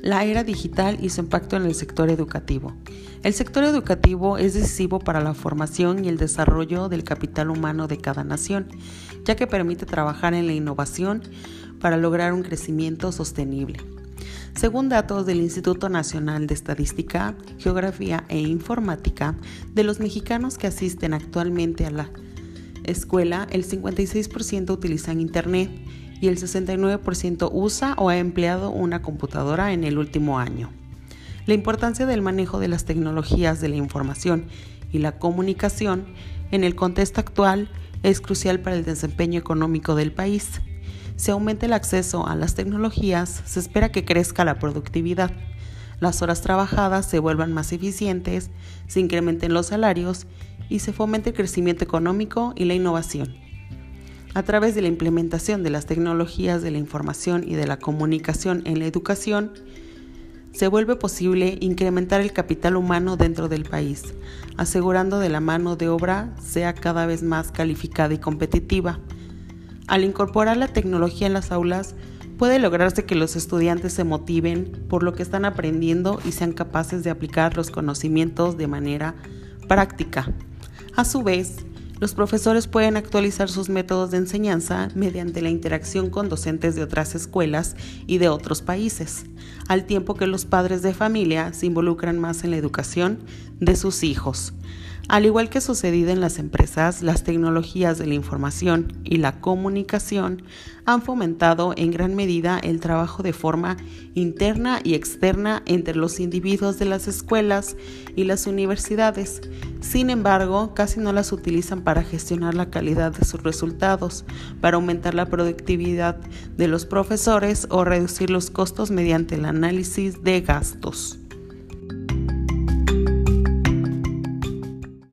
La era digital y su impacto en el sector educativo. El sector educativo es decisivo para la formación y el desarrollo del capital humano de cada nación, ya que permite trabajar en la innovación para lograr un crecimiento sostenible. Según datos del Instituto Nacional de Estadística, Geografía e Informática, de los mexicanos que asisten actualmente a la escuela, el 56% utilizan Internet y el 69% usa o ha empleado una computadora en el último año. La importancia del manejo de las tecnologías de la información y la comunicación en el contexto actual es crucial para el desempeño económico del país. Si aumenta el acceso a las tecnologías, se espera que crezca la productividad, las horas trabajadas se vuelvan más eficientes, se incrementen los salarios y se fomente el crecimiento económico y la innovación. A través de la implementación de las tecnologías de la información y de la comunicación en la educación, se vuelve posible incrementar el capital humano dentro del país, asegurando que la mano de obra sea cada vez más calificada y competitiva. Al incorporar la tecnología en las aulas, puede lograrse que los estudiantes se motiven por lo que están aprendiendo y sean capaces de aplicar los conocimientos de manera práctica. A su vez, los profesores pueden actualizar sus métodos de enseñanza mediante la interacción con docentes de otras escuelas y de otros países, al tiempo que los padres de familia se involucran más en la educación de sus hijos. Al igual que ha sucedido en las empresas, las tecnologías de la información y la comunicación han fomentado en gran medida el trabajo de forma interna y externa entre los individuos de las escuelas y las universidades. Sin embargo, casi no las utilizan para gestionar la calidad de sus resultados, para aumentar la productividad de los profesores o reducir los costos mediante el análisis de gastos.